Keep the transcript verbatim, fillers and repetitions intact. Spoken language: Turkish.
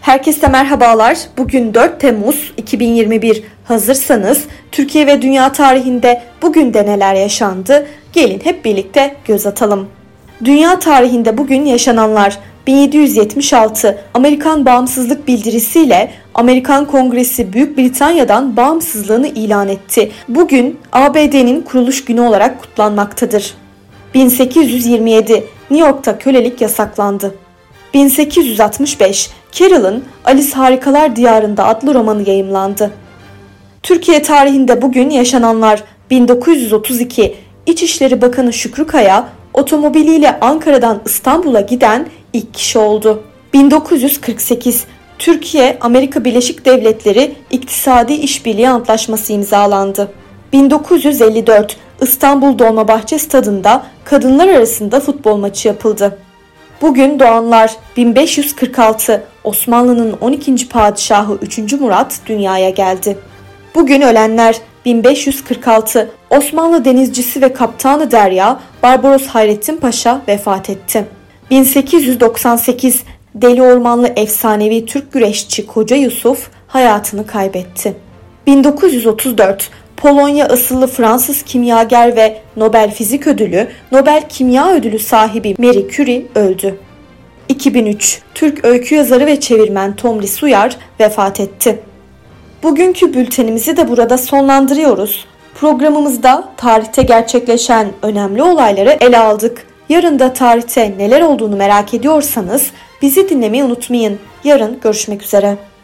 Herkese merhabalar. Bugün dört Temmuz iki bin yirmi bir. Hazırsanız Türkiye ve dünya tarihinde bugün de neler yaşandı? Gelin hep birlikte göz atalım. Dünya tarihinde bugün yaşananlar: bin yedi yüz yetmiş altı Amerikan bağımsızlık bildirisiyle Amerikan Kongresi Büyük Britanya'dan bağımsızlığını ilan etti. Bugün A B D'nin kuruluş günü olarak kutlanmaktadır. bin sekiz yüz yirmi yedi New York'ta kölelik yasaklandı. bin sekiz yüz altmış beş Carroll'ın Alice Harikalar Diyarında adlı romanı yayımlandı. Türkiye tarihinde bugün yaşananlar: bin dokuz yüz otuz iki İçişleri Bakanı Şükrü Kaya otomobiliyle Ankara'dan İstanbul'a giden ilk kişi oldu. bin dokuz yüz kırk sekiz Türkiye-Amerika Birleşik Devletleri İktisadi İşbirliği Antlaşması imzalandı. bin dokuz yüz elli dört İstanbul Dolmabahçe Stadı'nda kadınlar arasında futbol maçı yapıldı. Bugün doğanlar: bin beş yüz kırk altı Osmanlı'nın on ikinci padişahı üçüncü Murat dünyaya geldi. Bugün ölenler: bin beş yüz kırk altı Osmanlı denizcisi ve kaptanı derya Barbaros Hayrettin Paşa vefat etti. bin sekiz yüz doksan sekiz Deli Ormanlı efsanevi Türk güreşçi Koca Yusuf hayatını kaybetti. bin dokuz yüz otuz dört Polonya asıllı Fransız kimyager ve Nobel Fizik Ödülü, Nobel Kimya Ödülü sahibi Marie Curie öldü. iki bin üç Türk öykü yazarı ve çevirmen Tomris Uyar vefat etti. Bugünkü bültenimizi de burada sonlandırıyoruz. Programımızda tarihte gerçekleşen önemli olayları ele aldık. Yarın da tarihte neler olduğunu merak ediyorsanız bizi dinlemeyi unutmayın. Yarın görüşmek üzere.